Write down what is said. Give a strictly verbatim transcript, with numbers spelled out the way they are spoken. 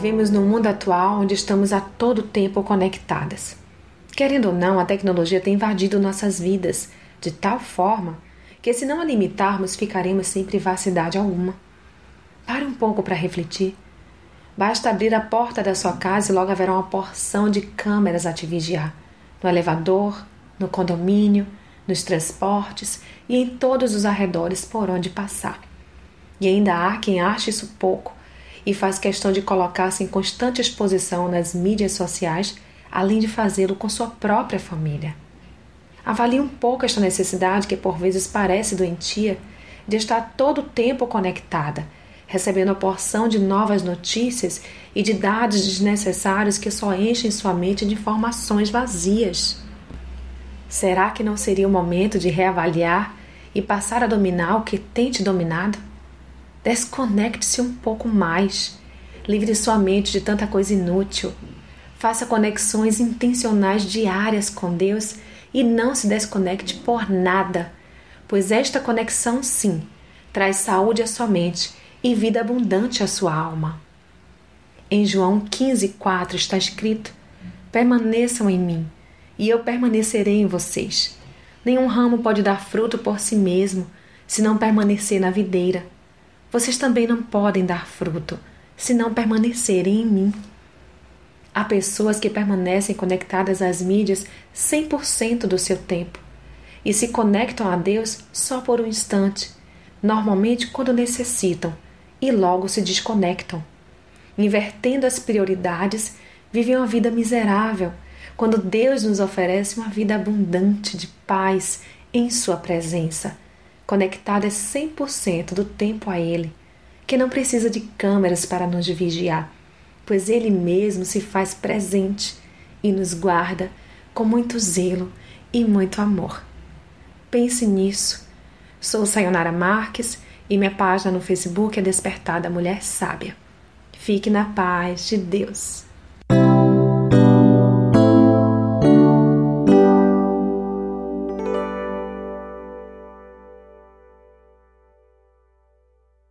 Vivemos num mundo atual onde estamos a todo tempo conectadas. Querendo ou não, a tecnologia tem invadido nossas vidas de tal forma que, se não a limitarmos, ficaremos sem privacidade alguma. Pare um pouco para refletir. Basta abrir a porta da sua casa e logo haverá uma porção de câmeras a te vigiar. No elevador, no condomínio, nos transportes e em todos os arredores por onde passar. E ainda há quem ache isso pouco e faz questão de colocar-se em constante exposição nas mídias sociais, além de fazê-lo com sua própria família. Avalie um pouco esta necessidade que por vezes parece doentia de estar todo o tempo conectada, recebendo a porção de novas notícias e de dados desnecessários que só enchem sua mente de informações vazias. Será que não seria o momento de reavaliar e passar a dominar o que tem te dominado? Desconecte-se um pouco mais. Livre sua mente de tanta coisa inútil. Faça conexões intencionais diárias com Deus e não se desconecte por nada, pois esta conexão, sim, traz saúde à sua mente e vida abundante à sua alma. Em João quinze, quatro está escrito: permaneçam em mim, e eu permanecerei em vocês. Nenhum ramo pode dar fruto por si mesmo, se não permanecer na videira. Vocês também não podem dar fruto, se não permanecerem em mim. Há pessoas que permanecem conectadas às mídias cem por cento do seu tempo e se conectam a Deus só por um instante, normalmente quando necessitam, e logo se desconectam. Invertendo as prioridades, vivem uma vida miserável, quando Deus nos oferece uma vida abundante de paz em sua presença, conectadas cem por cento do tempo a Ele, que não precisa de câmeras para nos vigiar, pois Ele mesmo se faz presente e nos guarda com muito zelo e muito amor. Pense nisso. Sou Sayonara Marques e minha página no Facebook é Despertar da Mulher Sábia. Fique na paz de Deus.